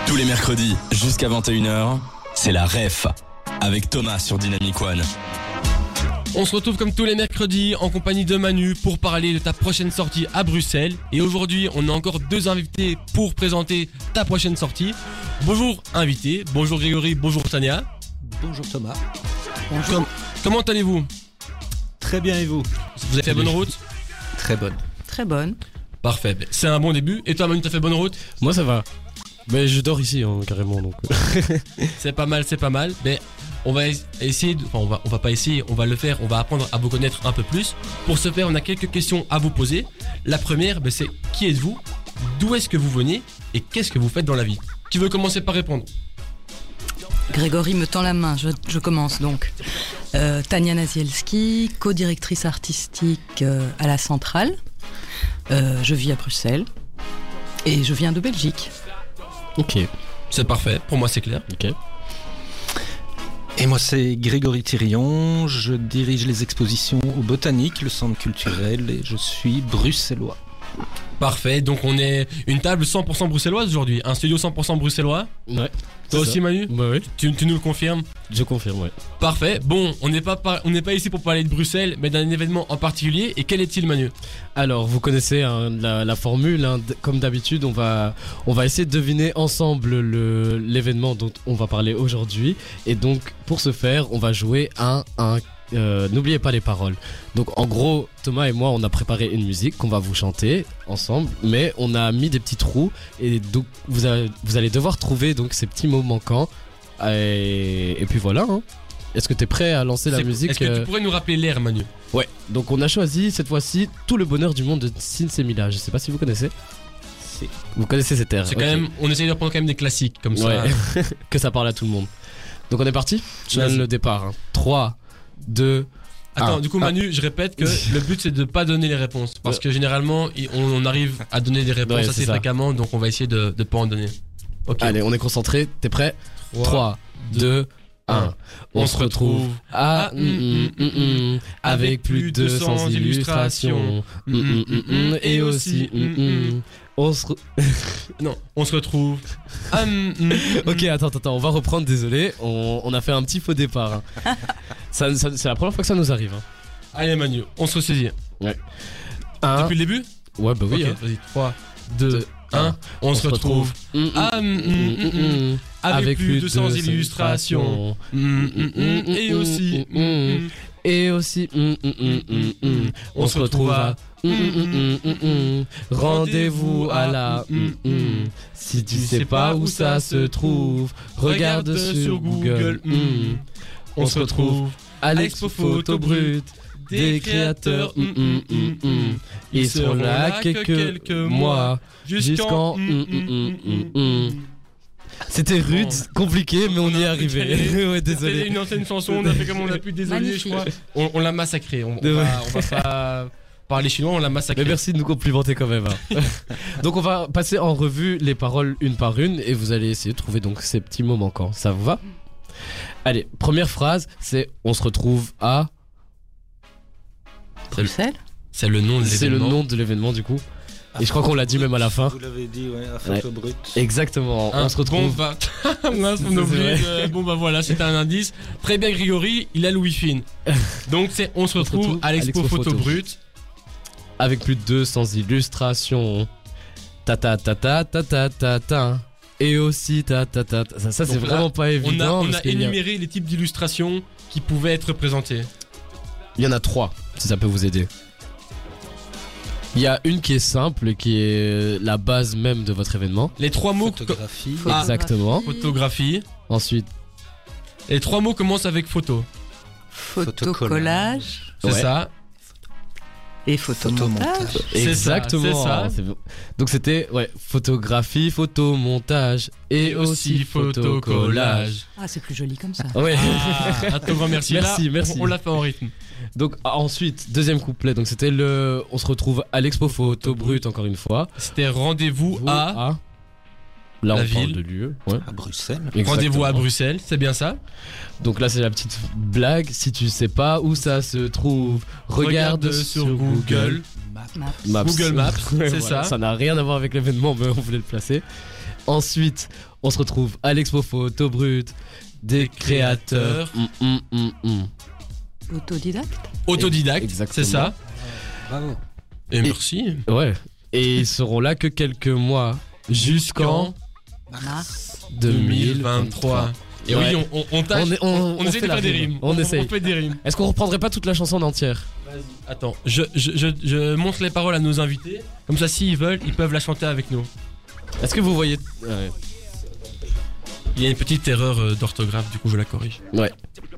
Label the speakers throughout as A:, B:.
A: Tous les mercredis, jusqu'à 21h, c'est la REF, avec Thomas sur Dynamic One.
B: On se retrouve comme tous les mercredis en compagnie de Manu pour parler de ta prochaine sortie à Bruxelles. Et aujourd'hui, on a encore deux invités pour présenter ta prochaine sortie. Bonjour invité, bonjour Grégory, bonjour Tania.
C: Bonjour Thomas.
B: Bonjour. Comment allez-vous ?
C: Très bien et vous ?
B: Vous avez fait bonne route ?
C: Très bonne.
D: Très bonne.
B: Parfait, c'est un bon début. Et toi Manu, t'as fait bonne route ?
E: Moi ça va. Mais je dors ici carrément donc.
B: C'est pas mal, c'est pas mal. Mais on va essayer on va pas essayer, on va le faire, on va apprendre à vous connaître un peu plus. Pour ce faire, on a quelques questions à vous poser. La première, c'est qui êtes-vous ? D'où est-ce que vous venez ? Et qu'est-ce que vous faites dans la vie ? Qui veut commencer par répondre ?
D: Grégory me tend la main, je commence donc. Tania Nazielski, co-directrice artistique à la Centrale. Je vis à Bruxelles et je viens de Belgique.
E: Ok.
B: C'est parfait, pour moi c'est clair.
E: Ok.
C: Et moi c'est Grégory Thirion, je dirige les expositions au Botanique, le centre culturel, et je suis bruxellois.
B: Parfait, donc on est une table 100% bruxelloise aujourd'hui, un studio 100% bruxellois.
E: Ouais.
B: Toi aussi Manu ?
E: Ouais.
B: Tu nous le confirmes ?
E: Je confirme, ouais.
B: Parfait, bon, on n'est pas ici pour parler de Bruxelles, mais d'un événement en particulier, et quel est-il Manu ?
E: Alors vous connaissez la formule, comme d'habitude on va essayer de deviner ensemble l'événement dont on va parler aujourd'hui. Et donc pour ce faire on va jouer n'oubliez pas les paroles. Donc en gros Thomas et moi on a préparé une musique qu'on va vous chanter ensemble, mais on a mis des petits trous et donc vous allez devoir trouver donc ces petits mots manquants et puis voilà hein. Est-ce que t'es prêt à lancer la musique ?
B: Est-ce que tu pourrais nous rappeler l'air Manu ?
E: Ouais, donc on a choisi cette fois-ci Tout le bonheur du monde de Sinsemilla. Je sais pas si vous connaissez. Vous connaissez cet air.
B: C'est quand même, on essaye de reprendre quand même des classiques comme ça.
E: Ouais. Que ça parle à tout le monde. Donc on est parti ? Je donne le départ hein. 3, 2...
B: Attends, du coup Manu, je répète que le but c'est de pas donner les réponses. Parce que généralement on arrive à donner des réponses assez fréquemment. Donc on va essayer de pas en donner. Okay.
E: Allez, on est concentré, t'es prêt ? 3, 2, 1. On se retrouve avec plus de 200 illustrations. Et aussi on se
B: retrouve.
E: Ok, attends, on va reprendre, désolé. On a fait un petit faux départ. Hein. C'est la première fois que ça nous arrive. Hein.
B: Allez Manu, on se ressaisit.
E: Ouais.
B: Depuis le début ?
E: Ouais, bah oui.
B: Ok, vas-y, 3, 2, 1. On se retrouve. Avec plus de 200 illustrations. Et aussi.
E: On se retrouve à. Rendez-vous à la. Si tu sais pas où ça se trouve, regarde sur Google. On se retrouve à l'expo photo brute des créateurs. Ils seront là quelques mois jusqu'en. C'était rude, compliqué, mais on y est arrivé. Ouais, désolé.
B: C'était une ancienne chanson, on a fait comme on a pu, désolé, je crois. On l'a massacré. On va pas parler chinois, on l'a massacré.
E: Mais merci de nous complimenter quand même. Hein. Donc on va passer en revue les paroles une par une et vous allez essayer de trouver donc ces petits mots manquants. Ça vous va ? Allez, première phrase, c'est on se retrouve à.
D: Bruxelles ?
B: C'est le nom de l'événement.
E: C'est le nom de l'événement du coup. Et je crois qu'on l'a dit même à la fin.
C: Vous l'avez dit, ouais, à photo brute.
E: Exactement, on se retrouve.
B: Bon bah voilà, c'était un indice. Très bien Grégory, il a le Wi-Fi. Donc c'est on se retrouve à l'expo photo brute.
E: Avec plus de 200 illustrations. Ta. Et aussi ta. Ça c'est vraiment pas évident.
B: On a énuméré les types d'illustrations qui pouvaient être présentées.
E: Il y en a 3, si ça peut vous aider. Il y a une qui est simple, qui est la base même de votre événement.
B: Les 3 mots.
C: Photographie.
E: Exactement.
B: Photographie.
E: Ensuite.
B: Les 3 mots commencent avec photo.
D: Photocollage.
B: C'est ça.
D: Et photomontage.
E: Exactement.
B: C'est ça.
E: Donc c'était photographie, photomontage et aussi photocollage.
D: Ah, c'est plus joli comme ça.
E: Ouais.
B: Un très grand merci.
E: Merci.
B: On l'a fait en rythme.
E: Donc ensuite, deuxième couplet. Donc c'était on se retrouve à l'expo photo brute encore une fois.
B: C'était rendez-vous à
E: Là,
B: la
E: on
B: ville.
E: parle de lieu. Ouais.
C: À Bruxelles.
B: Rendez-vous à Bruxelles, c'est bien ça.
E: Donc là, c'est la petite blague. Si tu sais pas où ça se trouve, regarde sur Google
D: Maps.
E: Maps.
B: Google Maps, c'est
E: Voilà,
B: ça.
E: Ça n'a rien à voir avec l'événement, mais on voulait le placer. Ensuite, on se retrouve à l'Expo Photo Brut des créateurs.
D: Autodidacte.
B: C'est ça.
C: Bravo.
B: Et merci.
E: Ouais. Et ils seront là que quelques mois
B: Jusqu'en
D: Mars.
B: 2023. Et
E: Ouais.
B: oui, on tâche. On essaie de faire des rimes.
E: On essaye.
B: On fait des rimes.
E: Est-ce qu'on reprendrait pas toute la chanson en entière?
B: Attends, je montre les paroles à nos invités. Comme ça, s'ils veulent, ils peuvent la chanter avec nous.
E: Est-ce que vous voyez? Ouais.
B: Il y a une petite erreur d'orthographe, du coup, je la corrige.
E: Ouais.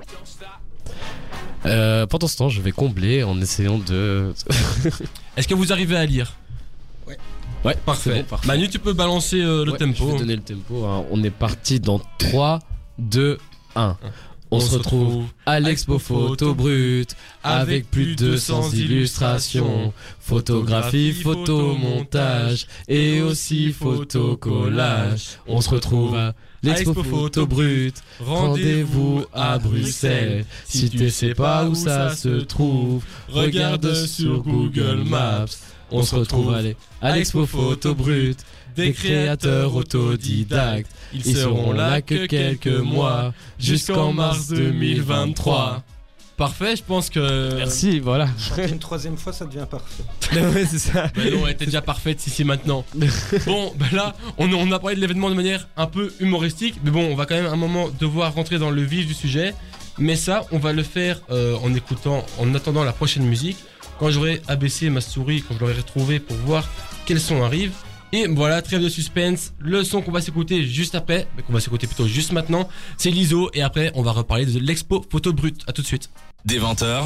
E: Pendant ce temps, je vais combler en essayant de.
B: Est-ce que vous arrivez à lire?
E: Ouais,
B: Parfait.
E: c'est bon, parfait.
B: Manu, tu peux balancer le
E: Ouais,
B: tempo.
E: Je vais donner le tempo. Hein. On est parti dans 3, 2, 1. On se retrouve à l'Expo Photo Brut avec plus de 200 illustrations, photographie, photomontage et aussi photocollage. On se retrouve à l'Expo Photo Brut. Rendez-vous à Bruxelles. Si tu sais pas où ça se trouve, regarde sur Google Maps. On se retrouve à l'Expo Photo Brut des créateurs autodidactes. Ils seront là que quelques mois, jusqu'en mars 2023.
B: Parfait, je pense que.
E: Merci, voilà.
C: Chanter une troisième fois, ça devient parfait.
E: Ouais, c'est ça.
B: Bah non, elle était déjà parfaite ici maintenant. Bon, bah là, on a parlé de l'événement de manière un peu humoristique, mais bon, on va quand même à un moment devoir rentrer dans le vif du sujet. Mais ça, on va le faire en attendant la prochaine musique. Quand j'aurai abaissé ma souris, quand je l'aurai retrouvé pour voir quel son arrive. Et voilà, trêve de suspense, le son qu'on va s'écouter juste après, qu'on va s'écouter plutôt juste maintenant, c'est l'ISO, et après on va reparler de l'Expo Photo Brut. À tout de suite.
A: Des 20h,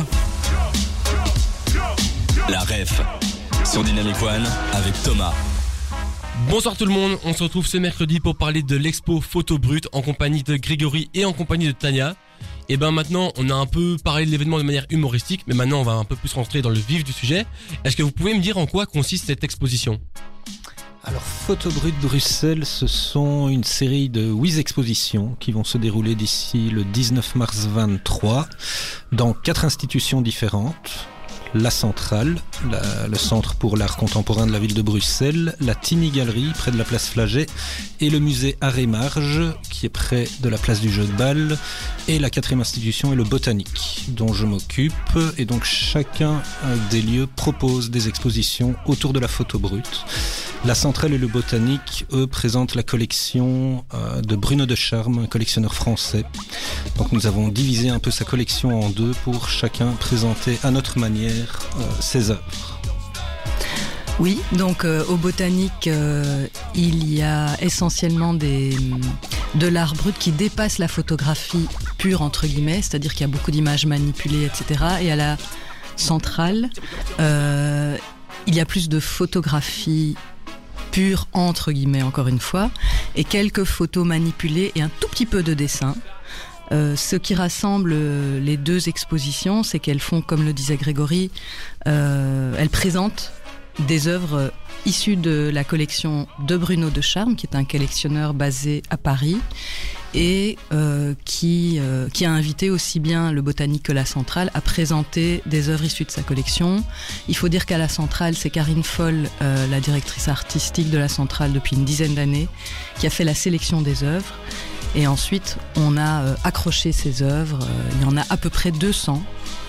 A: la ref sur Dynamic One avec Thomas.
B: Bonsoir tout le monde, on se retrouve ce mercredi pour parler de l'Expo Photo Brut en compagnie de Grégory et en compagnie de Tania. Et ben maintenant, on a un peu parlé de l'événement de manière humoristique, mais maintenant on va un peu plus rentrer dans le vif du sujet. Est-ce que vous pouvez me dire en quoi consiste cette exposition ?
C: Alors, Photo Brut Bruxelles, ce sont une série de 8 expositions qui vont se dérouler d'ici le 19 mars 23 dans 4 institutions différentes. La Centrale, le Centre pour l'art contemporain de la ville de Bruxelles, la Tiny Gallery près de la place Flagey et le musée Art et Marge qui est près de la place du Jeu de Balle, et la 4e institution est le Botanique dont je m'occupe, et donc chacun des lieux propose des expositions autour de la photo brute. La Centrale et le Botanique, eux, présentent la collection de Bruno de Charme, un collectionneur français. Donc nous avons divisé un peu sa collection en deux pour chacun présenter à notre manière ses œuvres.
D: Oui, donc au Botanique, il y a essentiellement de l'art brut qui dépasse la photographie pure, entre guillemets, c'est-à-dire qu'il y a beaucoup d'images manipulées, etc. Et à la Centrale, il y a plus de photographie pure, entre guillemets, encore une fois, et quelques photos manipulées et un tout petit peu de dessin. Ce qui rassemble les deux expositions, c'est qu'elles font, comme le disait Grégory, elles présentent des œuvres issues de la collection de Bruno de Charme, qui est un collectionneur basé à Paris, et qui a invité aussi bien le Botanique que la Centrale à présenter des œuvres issues de sa collection. Il faut dire qu'à la Centrale, c'est Karine Foll, la directrice artistique de la Centrale depuis une dizaine d'années, qui a fait la sélection des œuvres. Et ensuite, on a accroché ces œuvres. Il y en a à peu près 200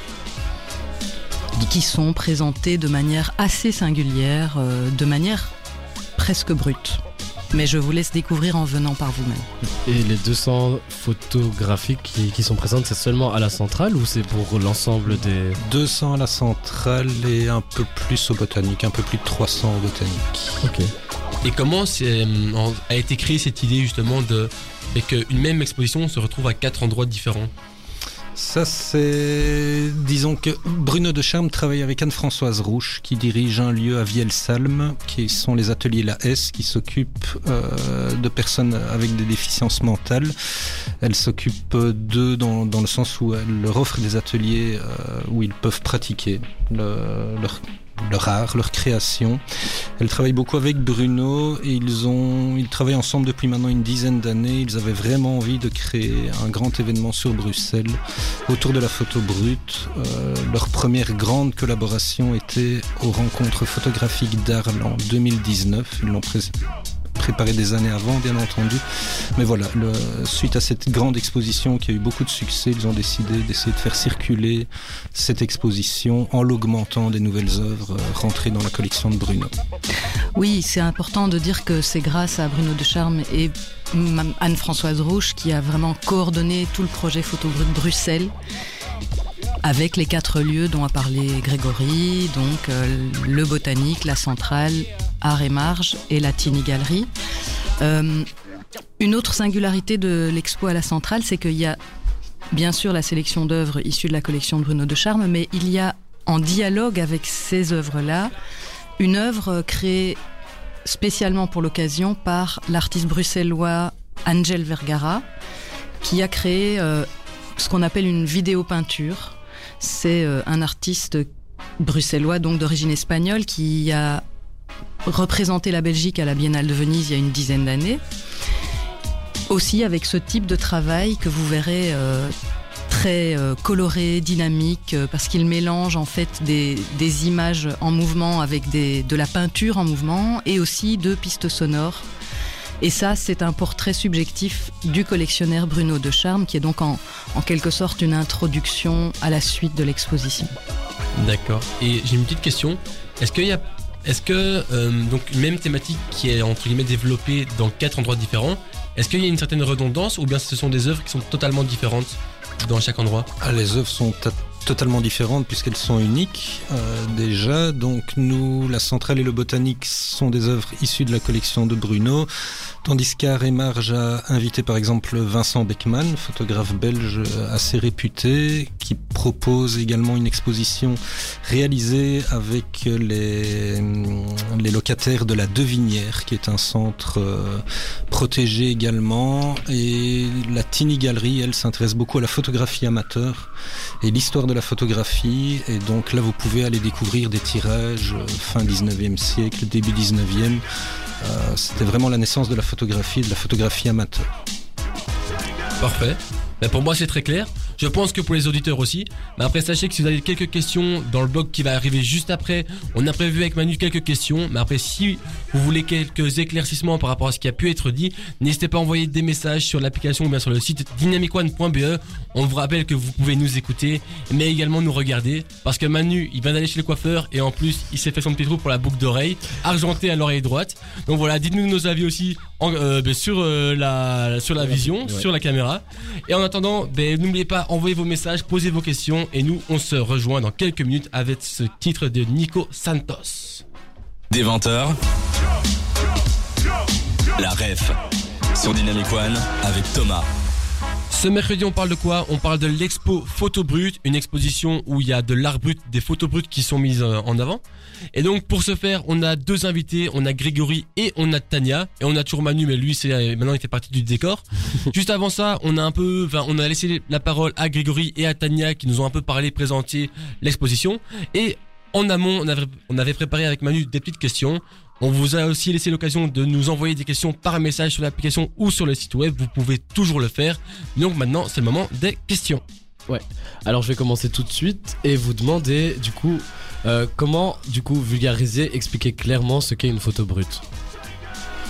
D: qui sont présentées de manière assez singulière, de manière presque brute. Mais je vous laisse découvrir en venant par vous-même.
E: Et les 200 photographies qui sont présentes, c'est seulement à la Centrale ou c'est pour l'ensemble des...
C: 200 à la Centrale et un peu plus au Botanique, un peu plus de 300 au Botanique.
E: Ok.
B: Et comment a été créée cette idée justement qu'une même exposition se retrouve à 4 endroits différents ?
C: Ça, c'est... Disons que Bruno de Charme travaille avec Anne-Françoise Rouche, qui dirige un lieu à Vielsalm, qui sont les ateliers La S, qui s'occupent de personnes avec des déficiences mentales. Elle s'occupe d'eux dans le sens où elle leur offre des ateliers où ils peuvent pratiquer leur art, leur création. Elle travaille beaucoup avec Bruno et ils travaillent ensemble depuis maintenant une dizaine d'années. Ils avaient vraiment envie de créer un grand événement sur Bruxelles autour de la photo brute. Leur première grande collaboration était aux rencontres photographiques d'Arles en 2019. Ils l'ont préparé des années avant, bien entendu. Mais voilà, suite à cette grande exposition qui a eu beaucoup de succès, ils ont décidé d'essayer de faire circuler cette exposition en l'augmentant des nouvelles œuvres rentrées dans la collection de Bruno.
D: Oui, c'est important de dire que c'est grâce à Bruno Decharme et Anne-Françoise Rouche qui a vraiment coordonné tout le projet Photo Brut Bruxelles avec les 4 lieux dont a parlé Grégory, donc le Botanique, la Centrale, Art et Marge et la Tiny Gallery. Une autre singularité de l'expo à la Centrale, c'est qu'il y a bien sûr la sélection d'œuvres issues de la collection de Bruno Decharme, mais il y a en dialogue avec ces œuvres-là une œuvre créée spécialement pour l'occasion par l'artiste bruxellois Angel Vergara, qui a créé ce qu'on appelle une vidéo-peinture. C'est un artiste bruxellois, donc d'origine espagnole, qui a représenté la Belgique à la Biennale de Venise il y a une dizaine d'années. Aussi avec ce type de travail que vous verrez très coloré, dynamique, parce qu'il mélange en fait des images en mouvement avec de la peinture en mouvement et aussi 2 pistes sonores. Et ça, c'est un portrait subjectif du collectionneur Bruno Decharme, qui est donc en quelque sorte une introduction à la suite de l'exposition.
B: D'accord. Et j'ai une petite question. Est-ce que donc une même thématique qui est entre guillemets développée dans 4 endroits différents, est-ce qu'il y a une certaine redondance ou bien ce sont des œuvres qui sont totalement différentes dans chaque endroit?
C: Les œuvres sont totalement différentes puisqu'elles sont uniques déjà. Donc nous, la Centrale et le Botanique sont des œuvres issues de la collection de Bruno, tandis qu'Art et Marge a invité par exemple Vincent Beckmann, photographe belge assez réputé, qui propose également une exposition réalisée avec les locataires de la Devinière, qui est un centre protégé également. Et la Tiny Gallery, elle, s'intéresse beaucoup à la photographie amateur et l'histoire de la photographie, et donc là vous pouvez aller découvrir des tirages fin 19e siècle, début 19e. C'était vraiment la naissance de la photographie et de la photographie amateur.
B: Parfait. Mais pour moi c'est très clair. Je pense que pour les auditeurs aussi. Mais après sachez que si vous avez quelques questions dans le blog qui va arriver juste après, on a prévu avec Manu quelques questions. Mais après si vous voulez quelques éclaircissements par rapport à ce qui a pu être dit, n'hésitez pas à envoyer des messages sur l'application ou bien sur le site dynamicone.be. On vous rappelle que vous pouvez nous écouter mais également nous regarder, parce que Manu il vient d'aller chez le coiffeur et en plus il s'est fait son petit trou pour la boucle d'oreille argentée à l'oreille droite. Donc voilà, dites-nous nos avis aussi sur la vision, sur la caméra. Et en attendant, n'oubliez pas, envoyez vos messages, posez vos questions et nous on se rejoint dans quelques minutes avec ce titre de Nico Santos.
A: Des 20h, la ref sur Dynamic One avec Thomas.
B: Ce mercredi on parle de quoi? On parle de l'expo Photo Brut, une exposition où il y a de l'art brut, des photos brutes qui sont mises en avant. Et donc pour ce faire on a 2 invités, on a Grégory et on a Tania. Et on a toujours Manu, mais lui maintenant il fait partie du décor. Juste avant ça on a laissé la parole à Grégory et à Tania qui nous ont un peu parlé, présenté l'exposition. Et en amont on avait préparé avec Manu des petites questions. On vous a aussi laissé l'occasion de nous envoyer des questions par message sur l'application ou sur le site web. Vous pouvez toujours le faire. Donc maintenant, c'est le moment des questions.
E: Ouais. Alors je vais commencer tout de suite et vous demander du coup comment vulgariser, expliquer clairement ce qu'est une photo brute.
D: Grégory ?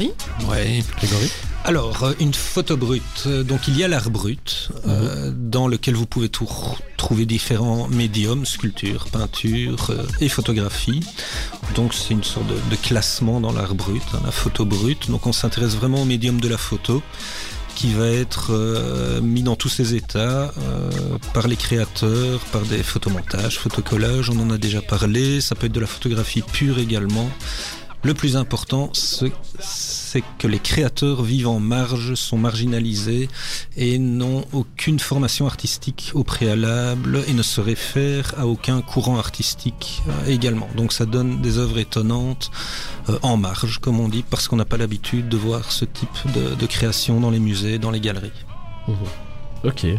C: Ouais.
E: Grégory ?
C: Alors, une photo brute, donc il y a l'art brut, dans lequel vous pouvez trouver différents médiums, sculpture, peinture et photographie. Donc c'est une sorte de classement dans l'art brut, la photo brute. Donc on s'intéresse vraiment au médium de la photo, qui va être mis dans tous ses états par les créateurs, par des photomontages, photocollages, on en a déjà parlé. Ça peut être de la photographie pure également. Le plus important, c'est que les créateurs vivent en marge, sont marginalisés et n'ont aucune formation artistique au préalable et ne se réfèrent à aucun courant artistique également. Donc ça donne des œuvres étonnantes en marge, comme on dit, parce qu'on n'a pas l'habitude de voir ce type de création dans les musées, dans les galeries.
E: Ok.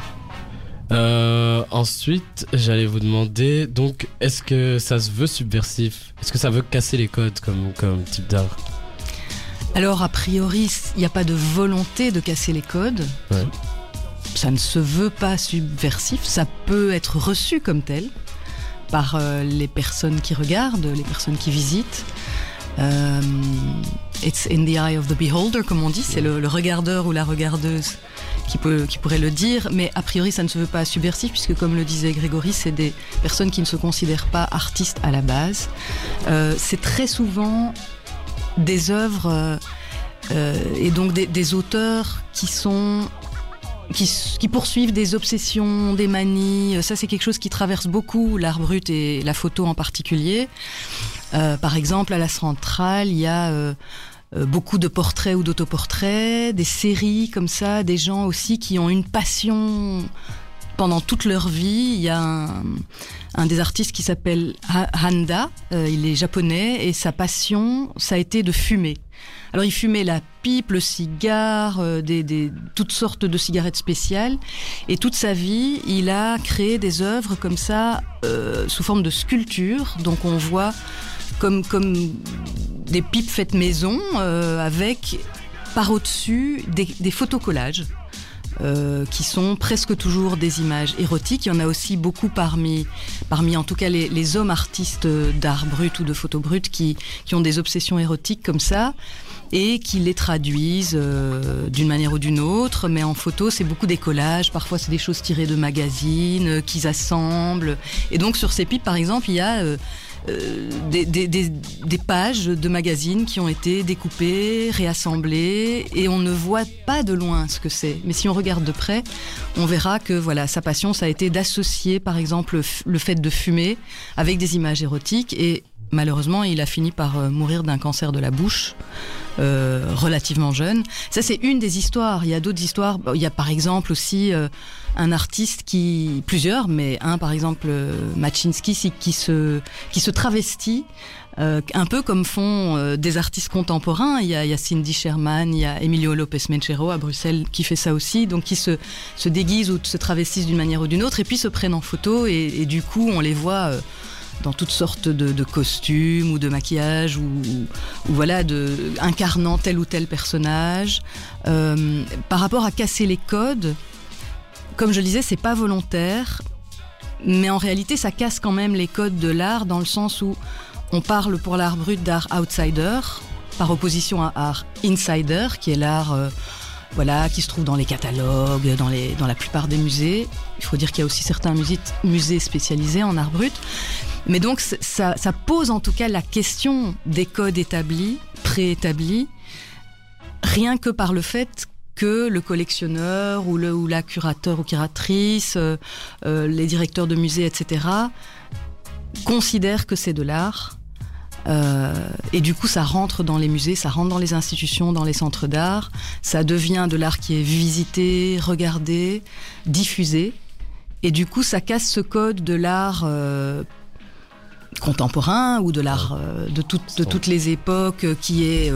E: Ensuite, j'allais vous demander, donc, est-ce que ça se veut subversif? Est-ce que ça veut casser les codes comme type d'art?
D: Alors, a priori, il n'y a pas de volonté de casser les codes.
E: Ouais.
D: Ça ne se veut pas subversif. Ça peut être reçu comme tel par les personnes qui regardent, les personnes qui visitent. it's in the eye of the beholder, comme on dit, c'est le regardeur ou la regardeuse qui pourrait le dire, mais a priori ça ne se veut pas subversif, puisque comme le disait Grégory, c'est des personnes qui ne se considèrent pas artistes à la base. C'est très souvent des œuvres et donc des auteurs qui poursuivent des obsessions, des manies. Ça, c'est quelque chose qui traverse beaucoup l'art brut et la photo en particulier. Par exemple, à la Centrale, il y a beaucoup de portraits ou d'autoportraits, des séries comme ça, des gens aussi qui ont une passion pendant toute leur vie. Il y a un des artistes qui s'appelle Handa, il est japonais, et sa passion, ça a été de fumer. Alors il fumait la pipe, le cigare, toutes sortes de cigarettes spéciales, et toute sa vie, il a créé des œuvres comme ça, sous forme de sculpture. Donc on voit comme des pipes faites maison, avec par au-dessus des photocollages. Qui sont presque toujours des images érotiques. Il y en a aussi beaucoup parmi en tout cas les hommes artistes d'art brut ou de photo brute qui ont des obsessions érotiques comme ça et qui les traduisent d'une manière ou d'une autre, mais en photo c'est beaucoup des collages, parfois c'est des choses tirées de magazines qu'ils assemblent, et donc sur ces pipes par exemple il y a des pages de magazines qui ont été découpées, réassemblées, et on ne voit pas de loin ce que c'est. Mais si on regarde de près, on verra que voilà, sa passion, ça a été d'associer par exemple le fait de fumer avec des images érotiques, et malheureusement, il a fini par mourir d'un cancer de la bouche. Relativement jeune. Ça, c'est une des histoires. Il y a d'autres histoires. Il y a par exemple aussi un artiste plusieurs, mais un par exemple Machinsky qui se travestit un peu comme font des artistes contemporains. Il y a Cindy Sherman, il y a Emilio Lopez Menchero à Bruxelles qui fait ça aussi, donc qui se déguisent ou se travestissent d'une manière ou d'une autre et puis se prennent en photo, et du coup on les voit dans toutes sortes de costumes ou de maquillage ou voilà, incarnant tel ou tel personnage. Par rapport à casser les codes, comme je le disais, c'est pas volontaire, mais en réalité ça casse quand même les codes de l'art, dans le sens où on parle pour l'art brut d'art outsider par opposition à art insider, qui est l'art qui se trouve dans les catalogues, dans la plupart des musées. Il faut dire qu'il y a aussi certains musées spécialisés en art brut. Mais donc ça pose en tout cas la question des codes préétablis, rien que par le fait que le collectionneur ou la curateur ou curatrice, les directeurs de musées, etc., considèrent que c'est de l'art. Et du coup ça rentre dans les musées, ça rentre dans les institutions, dans les centres d'art, ça devient de l'art qui est visité, regardé, diffusé, et du coup ça casse ce code de l'art contemporain ou de l'art de toutes les époques qui est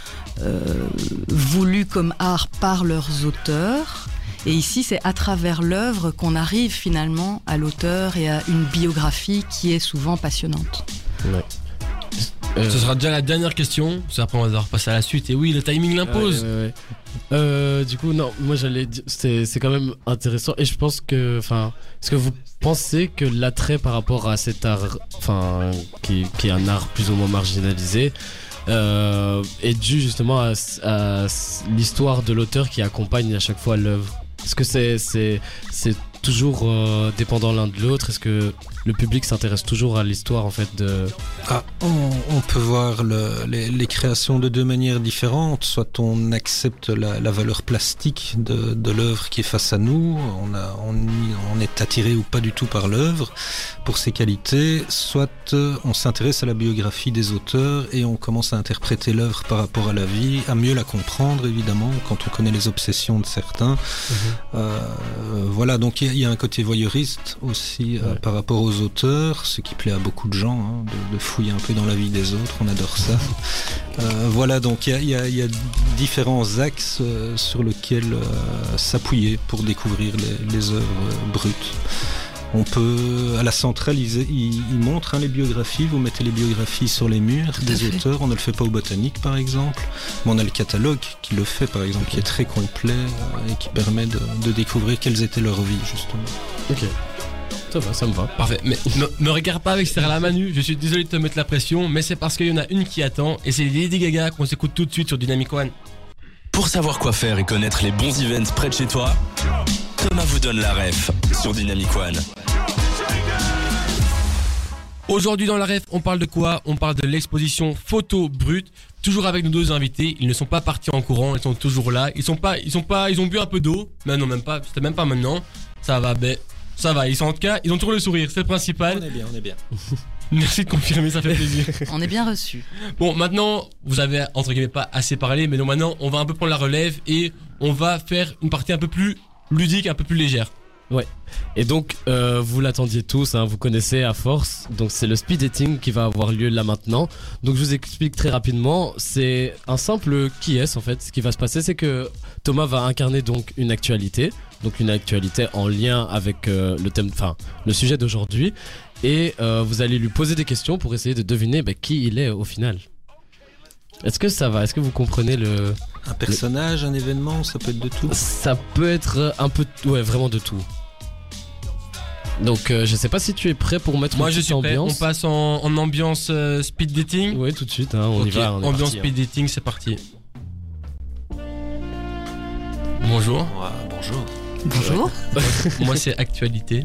D: voulu comme art par leurs auteurs. Et ici, c'est à travers l'œuvre qu'on arrive finalement à l'auteur et à une biographie qui est souvent passionnante.
E: Ouais.
B: Ce sera déjà la dernière question, après on va devoir passer à la suite, et oui, le timing l'impose.
E: Du coup, non, moi j'allais dire, c'est quand même intéressant, et je pense que, est-ce que vous pensez que l'attrait par rapport à cet art, qui est un art plus ou moins marginalisé, est dû justement à l'histoire de l'auteur qui accompagne à chaque fois l'œuvre? Est-ce que c'est toujours dépendant l'un de l'autre? Est-ce que le public s'intéresse toujours à l'histoire en fait de...
C: On peut voir les créations de deux manières différentes. Soit on accepte la valeur plastique de l'œuvre qui est face à nous, on est attiré ou pas du tout par l'œuvre pour ses qualités, soit on s'intéresse à la biographie des auteurs et on commence à interpréter l'œuvre par rapport à la vie, à mieux la comprendre évidemment quand on connaît les obsessions de certains. Voilà, donc il y a un côté voyeuriste aussi par rapport aux auteurs, ce qui plaît à beaucoup de gens, de fouiller un peu dans la vie des autres, on adore ça. Voilà, donc il y a différents axes sur lesquels s'appuyer pour découvrir les œuvres brutes. On peut, à la Centrale, ils montrent les biographies, vous mettez les biographies sur les murs des auteurs, on ne le fait pas au Botanique par exemple, mais on a le catalogue qui le fait par exemple, qui est très complet et qui permet de découvrir quelles étaient leurs vies justement.
E: Ok. ça me va.
B: Parfait, mais me regarde pas avec Sarah la Manu, je suis désolé de te mettre la pression, mais c'est parce qu'il y en a une qui attend, et c'est Lady Gaga qu'on s'écoute tout de suite sur Dynamic One.
A: Pour savoir quoi faire et connaître les bons events près de chez toi, Thomas vous donne la ref sur Dynamic One.
B: Aujourd'hui dans la ref, on parle de quoi? On parle de l'exposition Photo Brut, toujours avec nos deux invités. Ils ne sont pas partis en courant, ils sont toujours là. Ils ont bu un peu d'eau. Mais non, même pas, c'était même pas maintenant. Ça va, ça va. Ils sont en tout cas, ils ont toujours le sourire, c'est le principal.
C: On est bien.
B: Merci de confirmer, ça fait plaisir.
D: On est bien reçus.
B: Bon, maintenant, vous avez entre guillemets pas assez parlé, mais donc maintenant, on va un peu prendre la relève et on va faire une partie un peu plus ludique, un peu plus légère.
E: Ouais. Et donc, vous l'attendiez tous, hein, vous connaissez à force. Donc, c'est le speed dating qui va avoir lieu là maintenant. Donc, je vous explique très rapidement. C'est un simple qui est en fait. Ce qui va se passer, c'est que Thomas va incarner donc une actualité. Donc, une actualité en lien avec le thème, enfin, le sujet d'aujourd'hui. Et vous allez lui poser des questions pour essayer de deviner qui il est au final. Est-ce que ça va? Est-ce que vous comprenez
C: Un personnage, un événement, ça peut être de tout.
E: Ça peut être un peu, ouais, vraiment de tout. Donc je sais pas si tu es prêt pour mettre
B: Moi
E: une
B: je
E: petite
B: suis prêt,
E: ambiance.
B: on passe en ambiance speed dating.
E: Ouais, tout de suite, hein, on y va. On est
B: ambiance
E: parti,
B: speed dating, c'est parti. Bonjour.
C: Ouais, bonjour.
D: Bonjour.
B: Moi c'est actualité.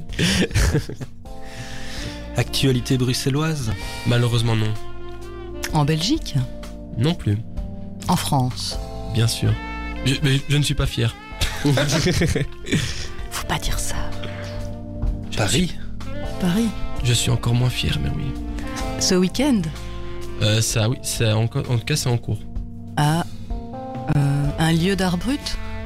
C: Actualité bruxelloise.
B: Malheureusement non.
D: En Belgique?
B: Non plus.
D: En France?
B: Bien sûr. Mais je ne suis pas fier.
D: Faut pas dire ça.
C: Paris.
D: Paris.
B: Je suis encore moins fier, mais oui.
D: Ce week-end?
B: Ça oui, en tout cas c'est en cours.
D: À un lieu d'art brut?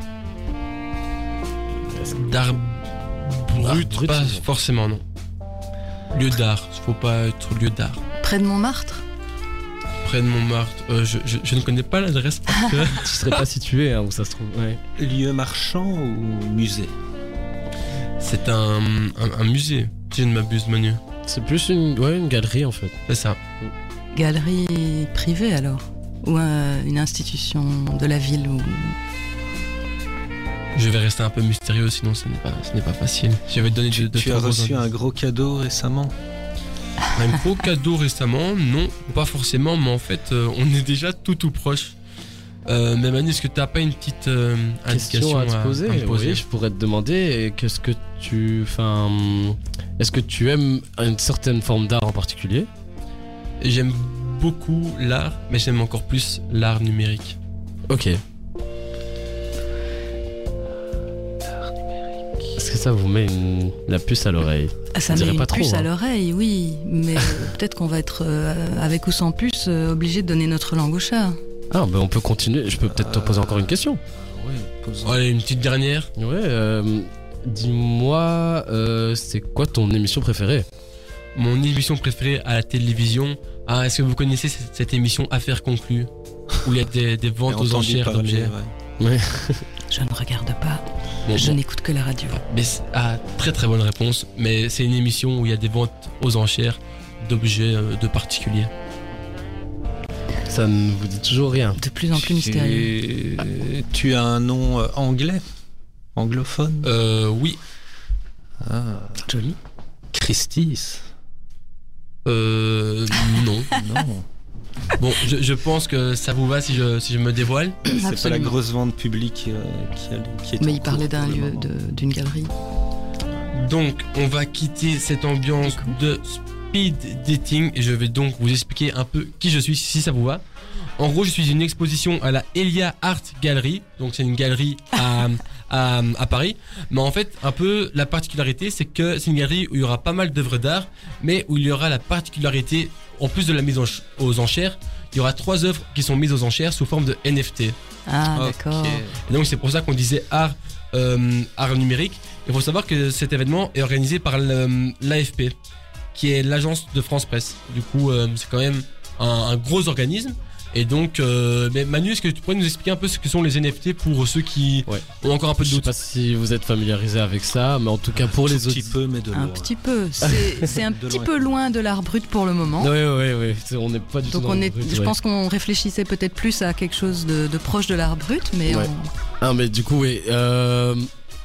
B: D'art brut,
E: brut,
B: pas
E: non.
B: forcément non. Lieu d'art, faut pas être lieu d'art.
D: Près de Montmartre?
B: Près de Montmartre, je ne connais pas l'adresse parce que
E: Tu serais pas situé hein, où ça se trouve. Ouais.
C: Lieu marchand ou musée?
B: c'est un musée, si je ne m'abuse, Manu.
E: C'est plus une galerie en fait.
B: C'est ça.
D: Galerie privée alors? Ou une institution de la ville ou...
B: Je vais rester un peu mystérieux, sinon ce n'est pas facile. Je vais te donner de
C: Tu as reçu un gros cadeau récemment?
B: Un gros cadeau récemment? Non, pas forcément, mais en fait, on est déjà tout proche. Mais Manu, est-ce que tu n'as pas une petite
E: Question
B: indication
E: à te poser.
B: à me poser?
E: Oui, je pourrais te demander qu'est-ce que tu, est-ce que tu aimes une certaine forme d'art en particulier?
B: J'aime beaucoup l'art, mais j'aime encore plus l'art numérique.
E: Ok. Est-ce que ça vous met la puce à l'oreille?
D: Ça
E: Je
D: met
E: dirais
D: une
E: pas trop,
D: puce à
E: hein.
D: l'oreille, oui. Mais peut-être qu'on va être, avec ou sans puce, obligé de donner notre langue au chat.
E: Ah, ben on peut continuer. Je peux peut-être te poser encore une question.
C: Oui, posons.
B: Allez, une petite dernière.
E: Ouais, dis-moi, c'est quoi ton émission préférée?
B: Mon émission préférée à la télévision. Ah, est-ce que vous connaissez cette émission Affaires conclues? Où il y a des ventes aux
C: Entendu
B: enchères
C: parler,
B: d'objets.
C: ouais.
D: Je ne regarde pas.
B: Bon,
D: Je n'écoute que la radio.
B: Mais très très bonne réponse. Mais c'est une émission où il y a des ventes aux enchères d'objets de particuliers.
E: Ça ne vous dit toujours rien.
D: De plus en plus mystérieux.
C: Tu as un nom anglais? Anglophone?
B: Oui.
C: Ah.
D: Joli.
C: Christie's?
B: Non.
C: Non.
B: Bon, je pense que ça vous va si je me dévoile.
C: C'est pas la
D: Absolument.
C: grosse vente publique qui est
D: Mais
C: en
D: il parlait
C: cours
D: d'un
C: pour le
D: lieu,
C: moment.
D: d'une galerie.
B: Donc, on va quitter cette ambiance de speed dating et je vais donc vous expliquer un peu qui je suis, si ça vous va. En gros, je suis une exposition à la Elia Art Gallery, donc c'est une galerie à Paris. Mais en fait, un peu la particularité, c'est que c'est une galerie où il y aura pas mal d'œuvres d'art, mais où il y aura la particularité, en plus de la mise aux enchères, il y aura 3 œuvres qui sont mises aux enchères sous forme de NFT.
D: Ah,
C: Ok.
D: d'accord.
B: Et donc c'est pour ça qu'on disait art numérique. Il faut savoir que cet événement est organisé par l'AFP, qui est l'agence de France Presse. Du coup, c'est quand même un gros organisme. Et donc, mais Manu, est-ce que tu pourrais nous expliquer un peu ce que sont les NFT pour ceux qui
E: Ouais.
B: ont encore un peu de
E: Je sais
B: doute?
E: pas si vous êtes familiarisé avec ça, mais en tout cas pour les
C: Un
E: autres.
C: petit peu, mais de
D: Un
C: loin.
D: petit peu. C'est un
C: De
D: petit
C: loin.
D: peu loin de l'art brut pour le moment.
E: Ouais. On n'est pas du
D: Donc
E: tout dans le
D: on est,
E: brut,
D: je
E: ouais.
D: pense qu'on réfléchissait peut-être plus à quelque chose de proche de l'art brut, mais
E: Ouais. Ah, mais du coup, oui.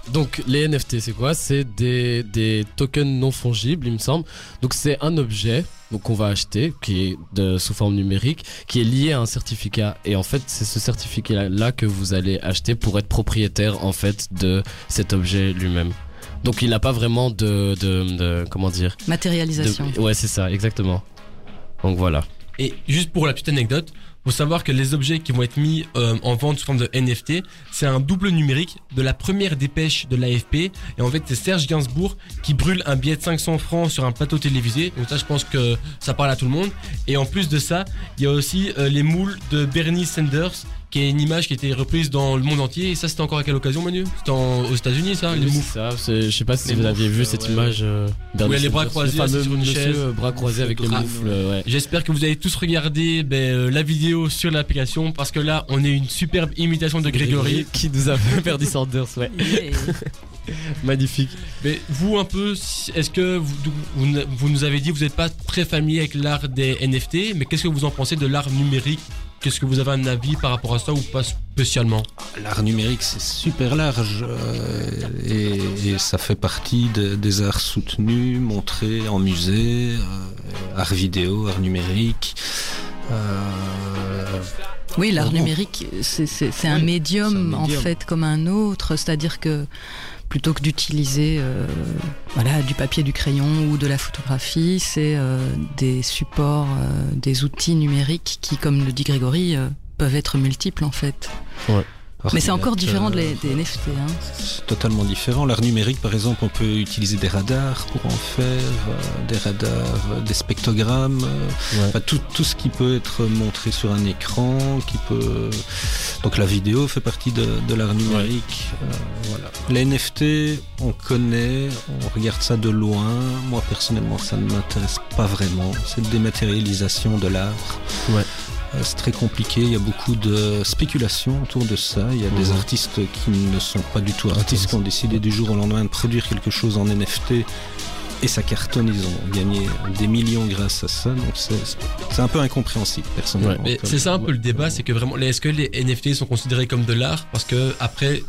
E: Donc les NFT c'est quoi? C'est des tokens non fongibles il me semble. Donc c'est un objet qu'on va acheter qui est sous forme numérique, qui est lié à un certificat, et en fait c'est ce certificat là que vous allez acheter pour être propriétaire en fait de cet objet lui-même. Donc il n'a pas vraiment de comment dire,
D: Matérialisation.
E: Ouais c'est ça exactement. Donc voilà.
B: Et juste pour la petite anecdote, faut savoir que les objets qui vont être mis en vente sous forme de NFT, c'est un double numérique de la première dépêche de l'AFP. Et en fait, c'est Serge Gainsbourg qui brûle un billet de 500 francs sur un plateau télévisé. Donc ça, je pense que ça parle à tout le monde. Et en plus de ça, il y a aussi les moules de Bernie Sanders, qui est une image qui a été reprise dans le monde entier. Et ça, c'était encore à quelle occasion, Manu? C'était aux États-Unis, ça, les moufles.
E: Je sais pas si vous aviez vu cette image.
B: Ouais, les bras croisés,
E: le fameux
B: sur une chaise,
E: bras croisés avec les moufles. Ouais.
B: J'espère que vous avez tous regardé la vidéo sur l'application, parce que là, on a une superbe imitation de Grégory
E: qui nous a fait Bernie Sanders, ouais.
D: Yeah.
E: Magnifique.
B: Mais vous, un peu, est-ce que vous nous avez dit que vous n'êtes pas très familier avec l'art des NFT, mais qu'est-ce que vous en pensez de l'art numérique? Qu'est-ce que vous avez un avis par rapport à ça, ou pas spécialement?
C: L'art numérique, c'est super large et ça fait partie des arts soutenus, montrés en musée, art vidéo, art numérique.
D: Oui, l'art numérique, c'est un médium en fait comme un autre, c'est-à-dire que plutôt que d'utiliser du papier, du crayon ou de la photographie, c'est des supports, des outils numériques qui, comme le dit Grégory, peuvent être multiples en fait.
E: Ouais.
D: Mais c'est encore différent des NFT. Hein.
C: C'est totalement différent. L'art numérique, par exemple, on peut utiliser des radars pour en faire, des radars, des spectrogrammes, tout ce qui peut être montré sur un écran, donc la vidéo fait partie de l'art numérique. Voilà. Les NFT, on connaît, on regarde ça de loin. Moi, personnellement, ça ne m'intéresse pas vraiment. Cette dématérialisation de l'art. Ouais. C'est très compliqué, il y a beaucoup de spéculation autour de ça. Il y a des artistes qui ne sont pas du tout artistes, qui ont décidé du jour au lendemain de produire quelque chose en NFT et ça cartonne, ils ont gagné des millions grâce à ça. Donc c'est un peu incompréhensible personnellement.
B: Mais c'est ça un peu le débat, c'est que vraiment, est-ce que les NFT sont considérés comme de l'art? Parce que après,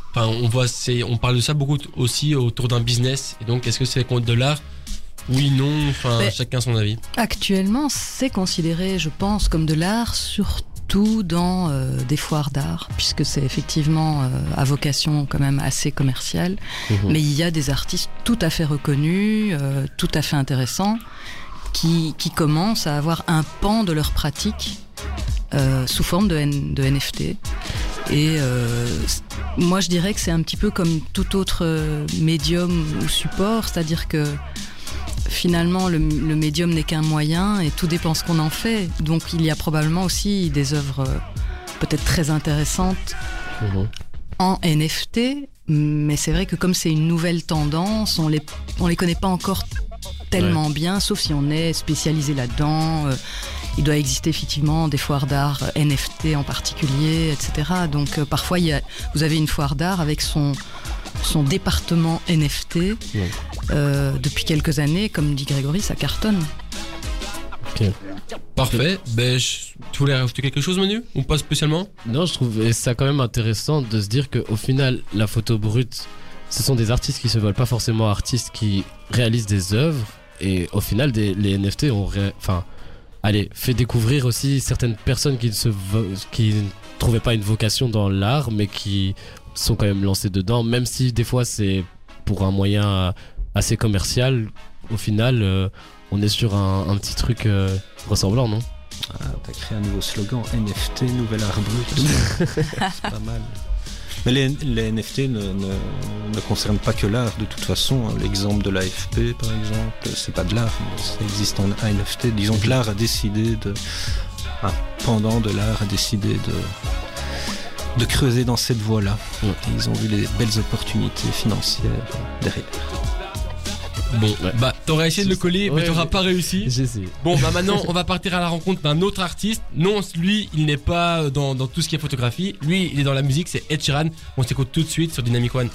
B: on parle de ça beaucoup aussi autour d'un business, et donc est-ce que c'est de l'art? Oui, non, chacun son avis.
D: Actuellement, c'est considéré, je pense, comme de l'art, surtout dans des foires d'art, puisque c'est effectivement à vocation quand même assez commerciale. Mais il y a des artistes tout à fait reconnus, tout à fait intéressants, qui commencent à avoir un pan de leur pratique sous forme de NFT. Et moi, je dirais que c'est un petit peu comme tout autre médium ou support, c'est-à-dire que finalement, le médium n'est qu'un moyen et tout dépend ce qu'on en fait. Donc, il y a probablement aussi des œuvres peut-être très intéressantes en NFT, mais c'est vrai que comme c'est une nouvelle tendance, on les connaît pas encore tellement bien, sauf si on est spécialisé là-dedans. Il doit exister effectivement des foires d'art NFT en particulier, etc. Donc, parfois, vous avez une foire d'art avec son département NFT. Depuis quelques années, comme dit Grégory, ça cartonne.
B: Ok. Parfait. Tu voulais rajouter quelque chose, Manu, ou pas spécialement?
E: Non, je trouve ça quand même intéressant de se dire qu'au final, la photo brute, ce sont des artistes qui se veulent pas forcément artistes, qui réalisent des œuvres, et au final, les NFT ont fait découvrir aussi certaines personnes qui ne trouvaient pas une vocation dans l'art, mais qui sont quand même lancés dedans, même si des fois c'est pour un moyen assez commercial. Au final, on est sur un petit truc ressemblant, non?
C: T'as créé un nouveau slogan, NFT, nouvel art brut. C'est pas mal. Mais les NFT ne concernent pas que l'art de toute façon. L'exemple de l'AFP, par exemple, c'est pas de l'art, mais ça existe en NFT. Disons que l'art a décidé un pendant de l'art a décidé de creuser dans cette voie-là. Et ils ont vu les belles opportunités financières derrière.
B: Bon, t'aurais essayé de le coller, mais t'auras pas réussi.
E: J'ai essayé.
B: Bon, maintenant, on va partir à la rencontre d'un autre artiste. Non, lui, il n'est pas dans tout ce qui est photographie. Lui, il est dans la musique, c'est Ed Sheeran. On s'écoute tout de suite sur Dynamic One.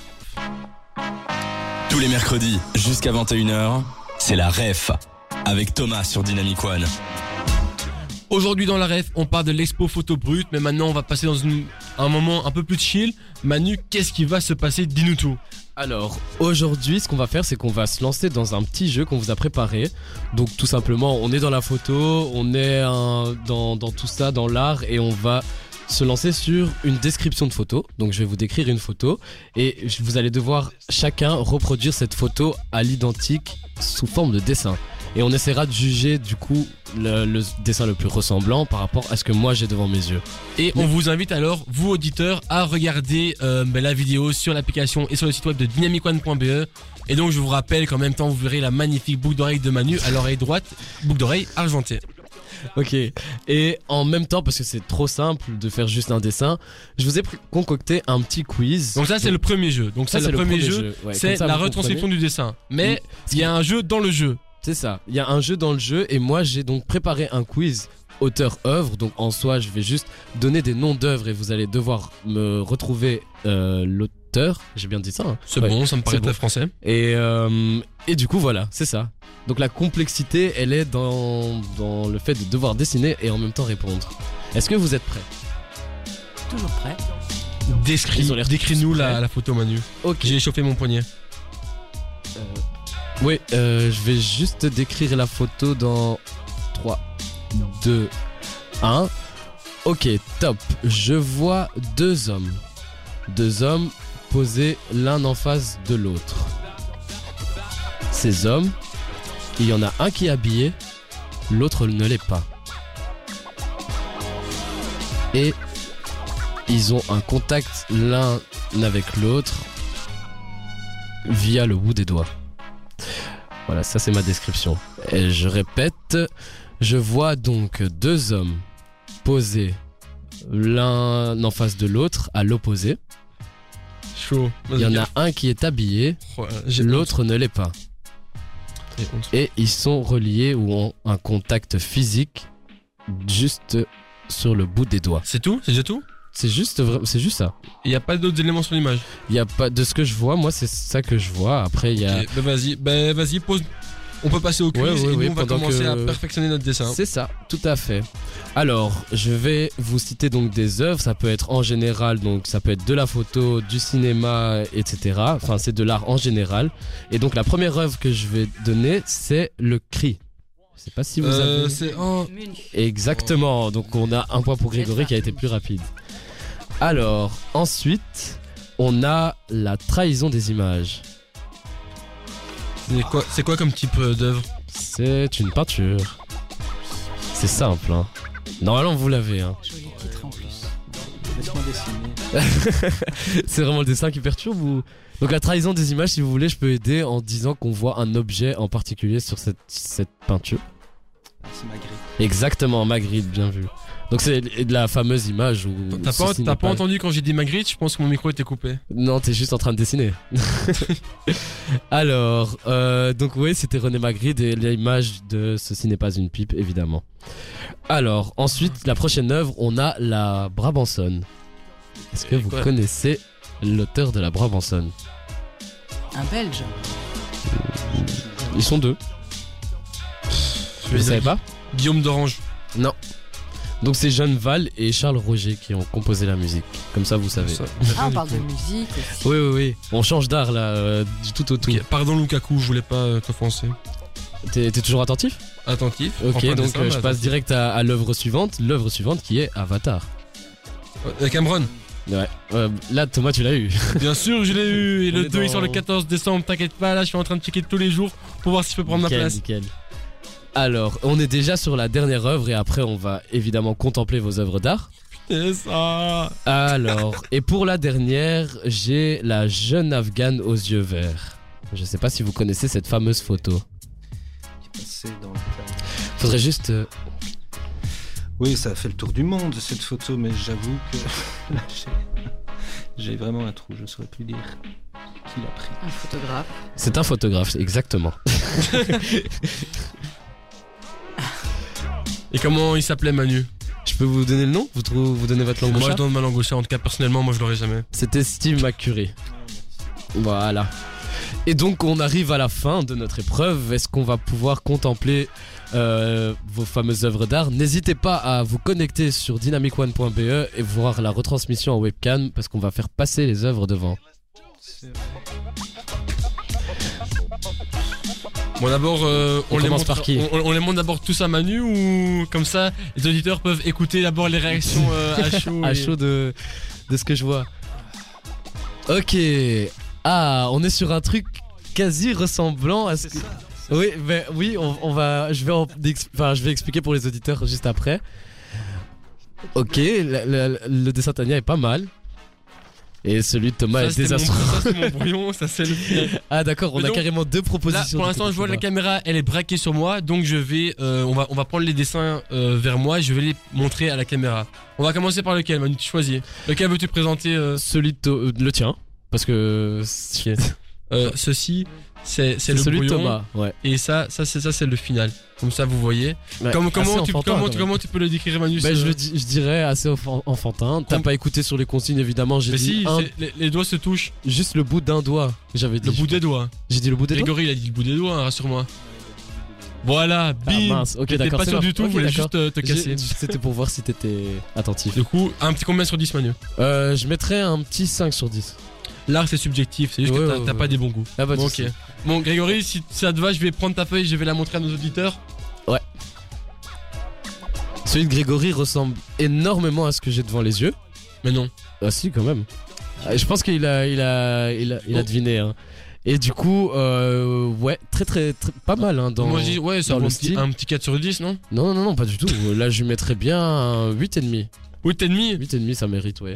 A: Tous les mercredis, jusqu'à 21h, c'est la REF, avec Thomas sur Dynamic One.
B: Aujourd'hui dans la REF, on parle de l'expo photo brute, mais maintenant on va passer dans une un moment un peu plus chill. Manu, qu'est-ce qui va se passer? Dis-nous tout.
E: Alors, aujourd'hui, ce qu'on va faire, c'est qu'on va se lancer dans un petit jeu qu'on vous a préparé. Donc, tout simplement, on est dans la photo, on est dans tout ça, dans l'art, et on va se lancer sur une description de photo. Donc, je vais vous décrire une photo, et vous allez devoir chacun reproduire cette photo à l'identique sous forme de dessin. Et on essaiera de juger, du coup, le dessin le plus ressemblant par rapport à ce que moi j'ai devant mes yeux.
B: Et on vous invite alors, vous auditeurs, à regarder la vidéo sur l'application et sur le site web de dynamicone.be. Et donc je vous rappelle qu'en même temps vous verrez la magnifique boucle d'oreille de Manu à l'oreille droite, boucle d'oreille argentée.
E: Ok, et en même temps, parce que c'est trop simple de faire juste un dessin, je vous ai concocté un petit quiz.
B: Donc ça c'est le premier jeu. Donc ça, c'est le premier jeu,
E: ouais,
B: c'est
E: ça,
B: la
E: vous
B: retranscription
E: comprenez.
B: du dessin. Mais il y a un jeu dans le jeu.
E: C'est ça, il y a un jeu dans le jeu et moi j'ai donc préparé un quiz auteur-œuvre. Donc en soi je vais juste donner des noms d'œuvres et vous allez devoir me retrouver l'auteur. J'ai bien dit ça hein.
B: C'est
E: Ouais,
B: bon, ça me paraît
E: c'est
B: très
E: bon.
B: français.
E: Et du coup voilà, c'est ça. Donc la complexité elle est dans le fait de devoir dessiner et en même temps répondre. Est-ce que vous êtes prêts?
D: Toujours prêt.
E: Ils ont l'air
B: Décris-nous
E: tous prêts.
B: la photo Manu.
E: Ok.
B: J'ai échauffé mon poignet.
E: Oui, je vais juste décrire la photo dans 3, 2, 1. Ok, top. Je vois deux hommes. Deux hommes posés l'un en face de l'autre. Ces hommes, il y en a un qui est habillé, l'autre ne l'est pas. Et ils ont un contact l'un avec l'autre via le bout des doigts. Voilà, ça c'est ma description. Et je répète, je vois donc deux hommes posés l'un en face de l'autre à l'opposé.
B: Chaud.
E: Il y en a un qui est habillé, l'autre ne l'est pas. Et ils sont reliés ou ont un contact physique juste sur le bout des doigts.
B: C'est tout? C'est déjà tout?
E: C'est juste ça.
B: Il n'y a pas d'autres éléments sur l'image.
E: Il y a pas de ce que je vois, moi c'est ça que je vois. Après il y a
B: Ok, vas-y, pose. On peut passer au quiz
E: Ouais,
B: et nous on va
E: pendant
B: commencer
E: que-
B: à perfectionner notre dessin.
E: C'est ça, tout à fait. Alors, je vais vous citer donc des œuvres, ça peut être en général, donc ça peut être de la photo, du cinéma, etc. Enfin, c'est de l'art en général. Et donc la première œuvre que je vais donner, c'est Le Cri. Je sais pas si vous avez...
B: C'est oh,
E: Exactement, donc on a un point pour Grégory qui a été plus rapide. Alors, ensuite, on a La Trahison des images.
B: c'est quoi comme type d'œuvre?
E: C'est une peinture. C'est simple, hein. Normalement, vous l'avez, hein.
D: Joli titre en plus.
C: Laisse-moi dessiner.
E: C'est vraiment le dessin qui perturbe ou... Donc la trahison des images, si vous voulez, je peux aider en disant qu'on voit un objet en particulier sur cette peinture.
C: Ah, c'est Magritte.
E: Exactement, Magritte, bien vu. Donc c'est de la fameuse image où...
B: T'as pas entendu quand j'ai dit Magritte? Je pense que mon micro était coupé.
E: Non, t'es juste en train de dessiner. Alors, donc oui, c'était René Magritte et l'image de Ceci n'est pas une pipe, évidemment. Alors, ensuite, la prochaine œuvre, on a la Brabançonne. Est-ce que vous
B: quoi
E: connaissez l'auteur de la Brabançonne?
D: Un Belge.
E: Ils sont deux. Vous savez pas?
B: Guillaume d'Orange.
E: Non. Donc c'est Jeanne Val et Charles Roger qui ont composé la musique. Comme ça, vous savez.
D: Ah, on parle de musique aussi.
E: Oui. On change d'art là, du tout au tout.
B: Ok, pardon Lukaku, je voulais pas t'offenser.
E: T'es toujours attentif?
B: Attentif.
E: Ok,
B: Enfin,
E: donc
B: dessin,
E: je
B: mais
E: passe
B: attentif.
E: direct à l'œuvre suivante. L'œuvre suivante qui est Avatar.
B: Cameron.
E: Ouais. Là, Thomas, tu l'as eu.
B: Bien sûr, je l'ai eu. Et
E: On
B: le
E: est
B: 2 il
E: dans-
B: sort le 14 décembre, t'inquiète pas, là je suis en train de checker tous les jours pour voir si je peux prendre ma place.
E: Nickel. Alors, on est déjà sur la dernière œuvre et après, on va évidemment contempler vos œuvres d'art.
B: C'est ça.
E: Alors, et pour la dernière, j'ai la jeune Afghane aux yeux verts. Je sais pas si vous connaissez cette fameuse photo.
C: Qui passait dans le cadre.
E: Faudrait juste.
C: Oui, ça a fait le tour du monde cette photo, mais j'avoue que là, j'ai vraiment un trou, je saurais plus dire qui l'a pris.
D: Un photographe.
E: C'est un photographe, exactement.
B: Et comment il s'appelait Manu?
E: Je peux vous donner le nom? Vous donnez votre langue au
B: Moi je
E: chat?
B: donne ma langue au chat, en tout cas personnellement, moi je l'aurais jamais.
E: C'était Steve McCurry. Voilà. Et donc on arrive à la fin de notre épreuve. Est-ce qu'on va pouvoir contempler vos fameuses œuvres d'art. N'hésitez pas à vous connecter sur dynamicone.be et voir la retransmission en webcam parce qu'on va faire passer les œuvres devant.
B: Bon d'abord, on les
E: commence
B: montre
E: par qui
B: on les montre d'abord tous à Manu ou comme ça les auditeurs peuvent écouter d'abord les réactions à chaud.
E: À chaud de ce que je vois. Ok. Ah, on est sur un truc quasi ressemblant à ce que... Oui, mais oui, je vais expliquer pour les auditeurs juste après. Ok, le dessin de Tania est pas mal. Et celui de Thomas est désastreux.
B: Ça c'est mon brouillon, ça c'est le final.
E: Ah d'accord, on
B: Mais
E: a
B: donc,
E: carrément deux
B: Là,
E: propositions.
B: pour l'instant, je vois la caméra, elle est braquée sur moi, donc je vais, on va prendre les dessins vers moi, et je vais les montrer à la caméra. On va commencer par lequel, Manu, tu choisis. Lequel veux-tu présenter
E: Celui de le tien, parce que
B: Ceci, c'est le
E: celui de
B: brouillon,
E: Thomas, ouais.
B: et ça c'est le final. Comme ça, vous voyez.
E: Ouais,
B: Comment
E: assez enfantin,
B: tu peux le décrire, Manu
E: je dirais assez enfantin. T'as pas écouté sur les consignes, évidemment. J'ai
B: Mais
E: dit
B: si, les doigts se touchent.
E: juste le bout d'un doigt. J'avais dit.
B: Le bout des doigts.
E: J'ai dit le bout des doigts.
B: Grégory, il a dit le bout des doigts, hein, rassure-moi. Voilà,
E: Ah
B: bim.
E: mince, ok
B: T'es
E: d'accord.
B: pas
E: c'est
B: sûr
E: bon.
B: du tout,
E: Ok,
B: vous voulez
E: d'accord.
B: juste te casser.
E: C'était pour voir si t'étais attentif.
B: Du coup, un petit combien sur 10, Manu?
E: Je mettrais un petit 5 sur 10.
B: L'art c'est subjectif, c'est juste
E: Ouais,
B: que
E: ouais,
B: t'as
E: ouais.
B: pas des bons goûts.
E: Ah bah
B: Bon,
E: tu
B: ok.
E: sais.
B: Bon, Grégory, si ça te va, je vais prendre ta feuille, je vais la montrer à nos auditeurs.
E: Celui de Grégory ressemble énormément à ce que j'ai devant les yeux.
B: Mais non.
E: Ah si quand même. Je pense qu'il a deviné. Hein. Et du coup, ouais, très pas mal hein, dans.
B: Moi je dis, ouais, ça
E: dans
B: vaut
E: le style.
B: un petit 4 sur 10, non?
E: Non, pas du tout. Là, je lui mettrais bien un 8,5.
B: 8,5.
E: 8,5, ça mérite, ouais.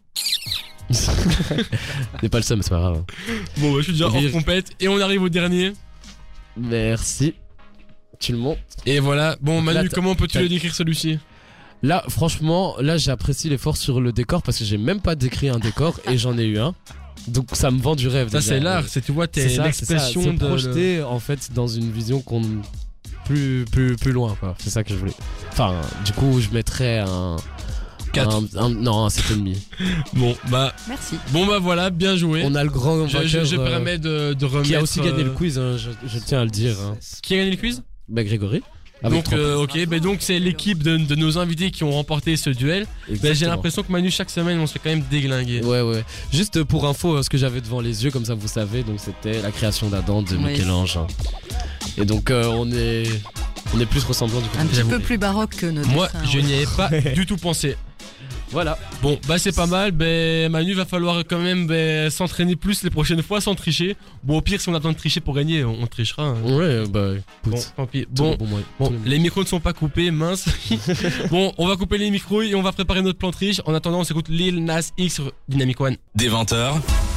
E: N'est pas le seul, mais c'est pas grave. Hein.
B: Bon, bah, je suis déjà
E: Et
B: hors compète. Et on arrive au dernier.
E: Merci. Tu le montres.
B: Et voilà. Bon,
E: Donc
B: Manu,
E: là,
B: comment peux-tu le décrire celui-ci?
E: Là, franchement, là, j'apprécie l'effort sur le décor parce que j'ai même pas décrit un décor et j'en ai eu un. Donc ça me vend du rêve.
B: Ça,
E: déjà.
B: c'est l'art. C'est, tu vois,
E: C'est ça,
B: l'expression
E: c'est
B: de.
E: projeter en fait dans une vision qu'on plus loin quoi. C'est ça que je voulais. Enfin, du coup, je mettrais un
B: 4.
E: Non, un 7,5.
B: Bon, bah.
D: Merci.
B: Bon, bah voilà, bien joué.
E: On a le grand
B: Je
E: vainqueur,
B: permets de remettre.
E: qui a aussi gagné le quiz, hein, je tiens à le dire. Hein.
B: Qui a gagné le quiz?
E: Bah Grégory. Avec
B: Donc,
E: 3
B: ok, bah donc c'est l'équipe de nos invités qui ont remporté ce duel. Bah, j'ai
E: Exactement.
B: l'impression que Manu, chaque semaine, on se fait quand même déglinguer.
E: Ouais. Juste pour info, ce que j'avais devant les yeux, comme ça vous savez, donc c'était la création d'Adam de
D: Oui.
E: Michel-Ange. Hein. Et donc on est plus ressemblant du coup.
D: Un petit
B: J'avoue.
D: peu plus baroque que nos
B: Moi,
D: dessins,
B: je
D: ouais.
B: n'y avais pas du tout pensé.
E: Voilà.
B: Bon, bah c'est pas mal. Ben Manu, va falloir quand même s'entraîner plus les prochaines fois sans tricher. Bon, au pire, si on a besoin de tricher pour gagner, on trichera. Hein.
E: Ouais, bah
B: Bon,
E: écoute.
B: tant pis.
E: Bon,
B: Bon, les micros ne sont pas coupés, mince. Bon, on va couper les micros et on va préparer notre plan triche. En attendant, on s'écoute Lil Nas X sur Dynamic One.
A: Des 20h,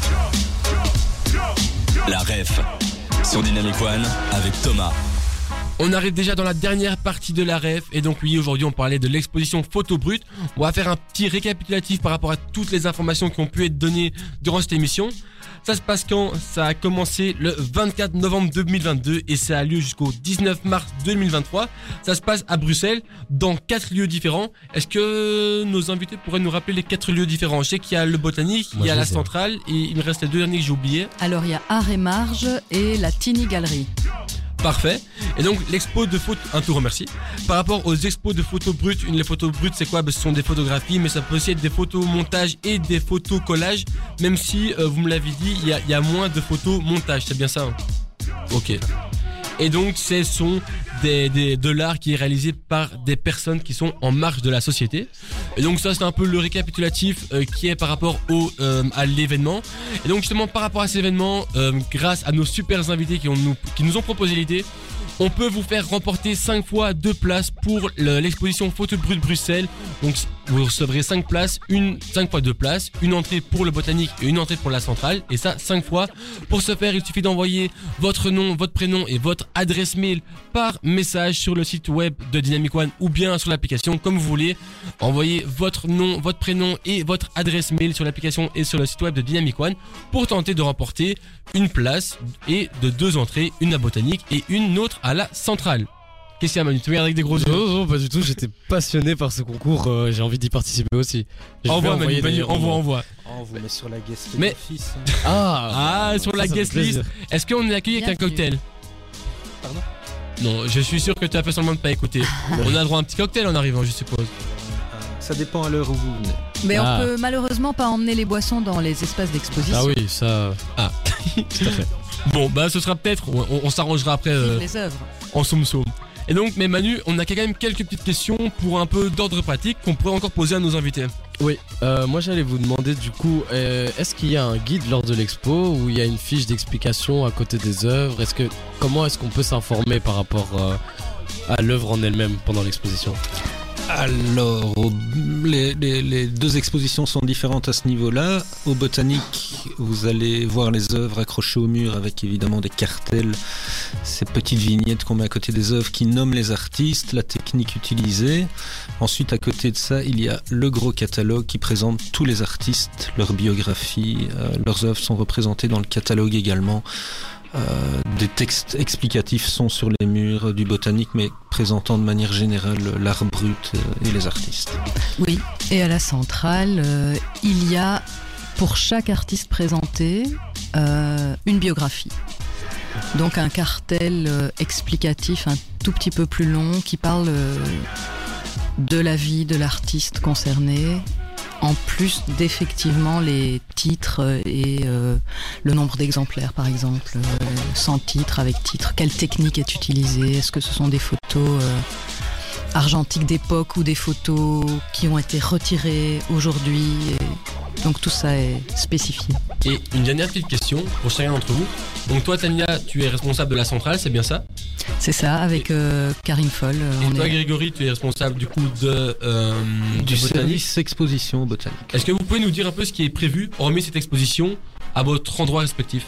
A: la ref sur Dynamic One avec Thomas.
B: On arrive déjà dans la dernière partie de la ref et donc oui, aujourd'hui on parlait de l'exposition Photo Brute. On va faire un petit récapitulatif par rapport à toutes les informations qui ont pu être données durant cette émission. Ça se passe quand? Ça a commencé le 24 novembre 2022 et ça a lieu jusqu'au 19 mars 2023. Ça se passe à Bruxelles dans 4 lieux différents. Est-ce que nos invités pourraient nous rappeler les 4 lieux différents? Je sais qu'il y a le Botanique,
E: Moi,
B: il y a
E: je
B: la
E: les ai.
B: Centrale et il me reste les 2 derniers que j'ai oubliés.
D: Alors il y a Art et Marge et la Tiny Gallery.
B: Parfait. Et donc l'expo de photos, un tout remercie. Par rapport aux expos de photos brutes, les photos brutes c'est quoi? Ce sont des photographies, mais ça peut aussi être des photos montage et des photos collage. Même si vous me l'avez dit, il y a moins de photos montage, c'est bien ça hein? Ok. Et donc ce sont de l'art qui est réalisé par des personnes qui sont en marge de la société. Et donc ça c'est un peu le récapitulatif qui est par rapport à l'événement. Et donc justement par rapport à cet événement, grâce à nos super invités qui nous ont proposé l'idée, on peut vous faire remporter 5 fois 2 places pour l'exposition Photo Brute Bruxelles. Donc vous recevrez 5 places, 5 fois 2 places, une entrée pour le Botanique et une entrée pour la Centrale. Et ça 5 fois. Pour ce faire, il suffit d'envoyer votre nom, votre prénom et votre adresse mail par message sur le site web de Dynamic One ou bien sur l'application comme vous voulez. Envoyez votre nom, votre prénom et votre adresse mail sur l'application et sur le site web de Dynamic One pour tenter de remporter une place et de 2 entrées, une à Botanique et une autre à la Centrale. Qu'est-ce qu'il y a Manu? Tu me regardes avec des gros yeux.
E: Non, pas du tout, j'étais passionné par ce concours, j'ai envie d'y participer aussi. Je vais
B: Envoie
E: envoyer
B: Manu,
E: des-
B: envoie.
C: On vous met sur la guest
B: Mais-
C: office.
E: Ah,
B: Ah, sur la
E: ça fait
B: guest list.
E: plaisir.
B: Est-ce qu'on est accueilli avec un
D: Bienvenue.
B: cocktail?
C: Pardon?
B: Non, je suis sûr que tu as fait seulement de pas écouter. On a droit à un petit cocktail en arrivant, je suppose.
C: Ça dépend à l'heure où vous venez.
D: Mais on peut malheureusement pas emmener les boissons dans les espaces d'exposition.
E: Ah oui, ça.
B: Ah,
E: tout à fait.
B: Bon, bah ce sera peut-être, on s'arrangera après
D: Les œuvres.
B: en soum-soum. Et donc, mais Manu, on a quand même quelques petites questions pour un peu d'ordre pratique qu'on pourrait encore poser à nos invités.
E: Oui, moi j'allais vous demander du coup, est-ce qu'il y a un guide lors de l'expo ou il y a une fiche d'explication à côté des œuvres? Comment est-ce qu'on peut s'informer par rapport à l'œuvre en elle-même pendant l'exposition?
C: Alors, les deux expositions sont différentes à ce niveau-là. Au Botanique, vous allez voir les œuvres accrochées au mur avec évidemment des cartels, ces petites vignettes qu'on met à côté des œuvres qui nomment les artistes, la technique utilisée. Ensuite, à côté de ça, il y a le gros catalogue qui présente tous les artistes, leurs biographies, leurs œuvres sont représentées dans le catalogue également. Des textes explicatifs sont sur les murs du Botanique, mais présentant de manière générale l'art brut et les artistes.
D: Oui, et à la centrale, il y a pour chaque artiste présenté une biographie. Donc un cartel explicatif un tout petit peu plus long qui parle de la vie de l'artiste concerné, en plus d'effectivement les titres et le nombre d'exemplaires par exemple, sans titre, avec titre, quelle technique est utilisée, est-ce que ce sont des photos argentiques d'époque ou des photos qui ont été retirées aujourd'hui, et donc tout ça est spécifié.
B: Et une dernière petite question pour chacun d'entre vous. Donc toi Tania, tu es responsable de la centrale, c'est bien ça?
D: C'est ça, avec Karine Foll.
B: Et toi Grégory, tu es responsable du coup
C: du
B: Botanique.
C: service exposition Botanique.
B: Est-ce que vous pouvez nous dire un peu ce qui est prévu, hormis cette exposition, à votre endroit respectif?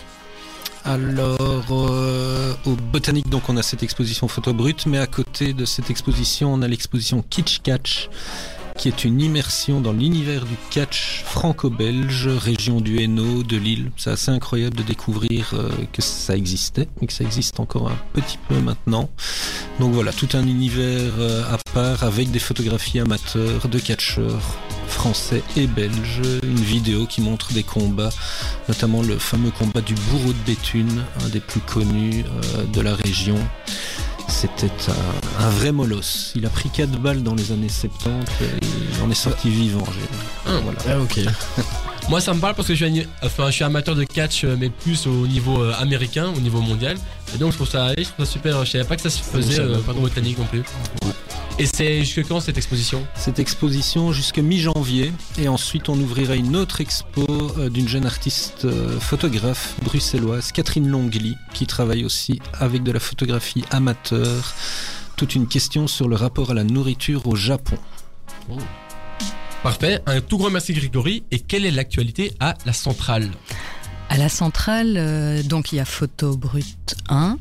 C: Alors, au Botanique, donc on a cette exposition photo brute, mais à côté de cette exposition, on a l'exposition Kitsch Catch, qui est une immersion dans l'univers du catch franco-belge, région du Hainaut, de Lille. C'est assez incroyable de découvrir que ça existait, et que ça existe encore un petit peu maintenant. Donc voilà, tout un univers à part, avec des photographies amateurs de catcheurs français et belges, une vidéo qui montre des combats, notamment le fameux combat du bourreau de Béthune, un des plus connus de la région. C'était un vrai molosse. Il a pris 4 balles dans les années 70 et il en est sorti vivant. Voilà.
E: Ah ok.
B: Moi ça me parle parce que je suis amateur de catch, mais plus au niveau américain, au niveau mondial. Et donc je trouve ça super. Je savais pas que ça se faisait pas dans Botanique non plus. Et c'est jusque quand cette exposition?
C: Cette exposition jusqu'à mi-janvier, et ensuite on ouvrira une autre expo d'une jeune artiste photographe bruxelloise, Catherine Longli, qui travaille aussi avec de la photographie amateur. Toute une question sur le rapport à la nourriture au Japon.
B: Oh. Parfait, un tout grand merci Grégory. Et quelle est l'actualité à la centrale?
D: À la centrale, donc il y a Photo Brut 1,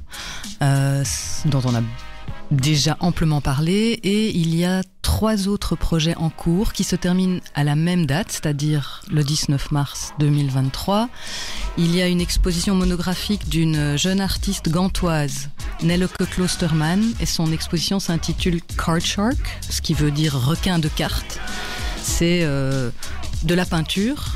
D: dont on a déjà amplement parlé, et il y a 3 autres projets en cours qui se terminent à la même date, c'est-à-dire le 19 mars 2023. Il y a une exposition monographique d'une jeune artiste gantoise, Nelleke Kloosterman, et son exposition s'intitule Card Shark, ce qui veut dire requin de cartes. C'est de la peinture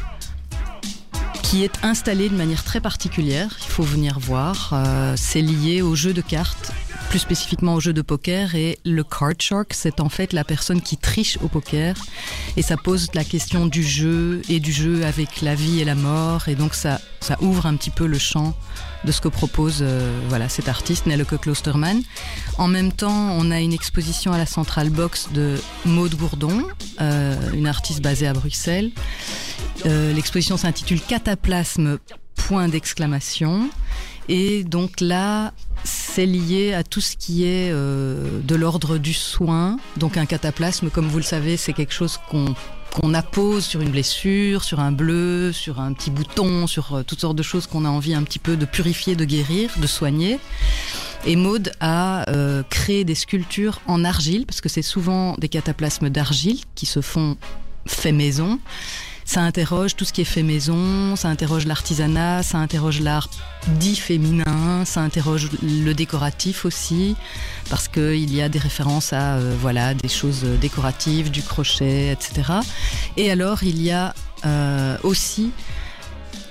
D: qui est installée de manière très particulière, il faut venir voir. C'est lié au jeu de cartes, plus spécifiquement au jeu de poker, et le card shark, c'est en fait la personne qui triche au poker, et ça pose la question du jeu et du jeu avec la vie et la mort, et donc ça ouvre un petit peu le champ de ce que propose cet artiste Nelleke Kloosterman. En même temps, on a une exposition à la Central Box de Maude Gourdon, une artiste basée à Bruxelles. L'exposition s'intitule Cataplasme, point d'exclamation. Et donc là, c'est lié à tout ce qui est de l'ordre du soin. Donc un cataplasme, comme vous le savez, c'est quelque chose qu'on appose sur une blessure, sur un bleu, sur un petit bouton, sur toutes sortes de choses qu'on a envie un petit peu de purifier, de guérir, de soigner. Et Maude a créé des sculptures en argile, parce que c'est souvent des cataplasmes d'argile qui se font fait maison. Ça interroge tout ce qui est fait maison, ça interroge l'artisanat, ça interroge l'art dit féminin, ça interroge le décoratif aussi, parce qu'il y a des références à des choses décoratives, du crochet, etc. Et alors il y a aussi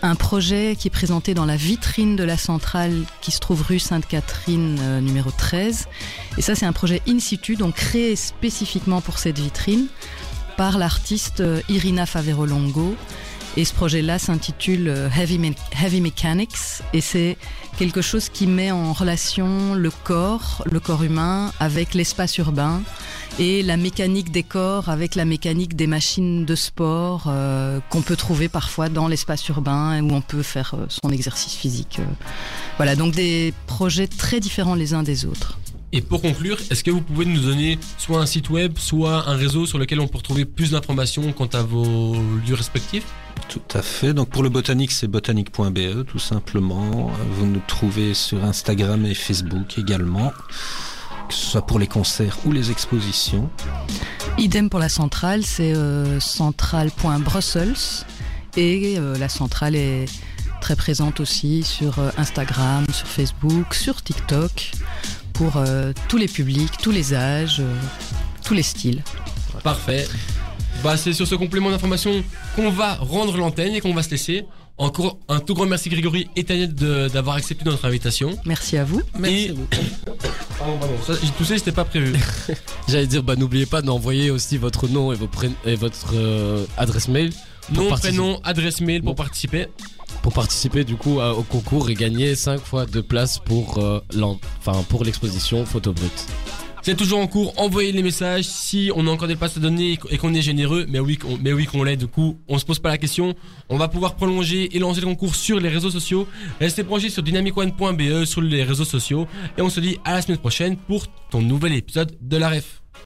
D: un projet qui est présenté dans la vitrine de la centrale qui se trouve rue Sainte-Catherine numéro 13. Et ça, c'est un projet in situ, donc créé spécifiquement pour cette vitrine par l'artiste Irina Faverolongo. Et ce projet-là s'intitule Heavy Mechanics, et c'est quelque chose qui met en relation le corps humain avec l'espace urbain et la mécanique des corps avec la mécanique des machines de sport qu'on peut trouver parfois dans l'espace urbain où on peut faire son exercice physique. Voilà, donc des projets très différents les uns des autres.
B: Et pour conclure, est-ce que vous pouvez nous donner soit un site web, soit un réseau sur lequel on peut retrouver plus d'informations quant à vos lieux respectifs ?
C: Tout à fait. Donc pour le botanique, c'est botanique.be tout simplement. Vous nous trouvez sur Instagram et Facebook également, que ce soit pour les concerts ou les expositions.
D: Idem pour la centrale, c'est centrale.brussels et la centrale est très présente aussi sur Instagram, sur Facebook, sur TikTok pour tous les publics, tous les âges, tous les styles.
B: Parfait. Bah, c'est sur ce complément d'information qu'on va rendre l'antenne et qu'on va se laisser. Encore un tout grand merci Grégory et Tania d'avoir accepté notre invitation.
D: Merci à vous.
C: Merci beaucoup.
B: Pardon, ça, j'ai toussé, c'était pas prévu.
E: J'allais dire, n'oubliez pas d'envoyer aussi votre nom et votre adresse mail.
B: Nom, prénom, adresse mail pour participer.
E: Pour participer du coup au concours et gagner 5 fois 2 places pour l'exposition Photo Brut.
B: C'est toujours en cours, envoyez les messages. Si on a encore des places à donner et qu'on est généreux, mais oui qu'on l'est, du coup on se pose pas la question. On va pouvoir prolonger et lancer le concours sur les réseaux sociaux. Restez branchés sur dynamicone.be sur les réseaux sociaux et on se dit à la semaine prochaine pour ton nouvel épisode de la Ref.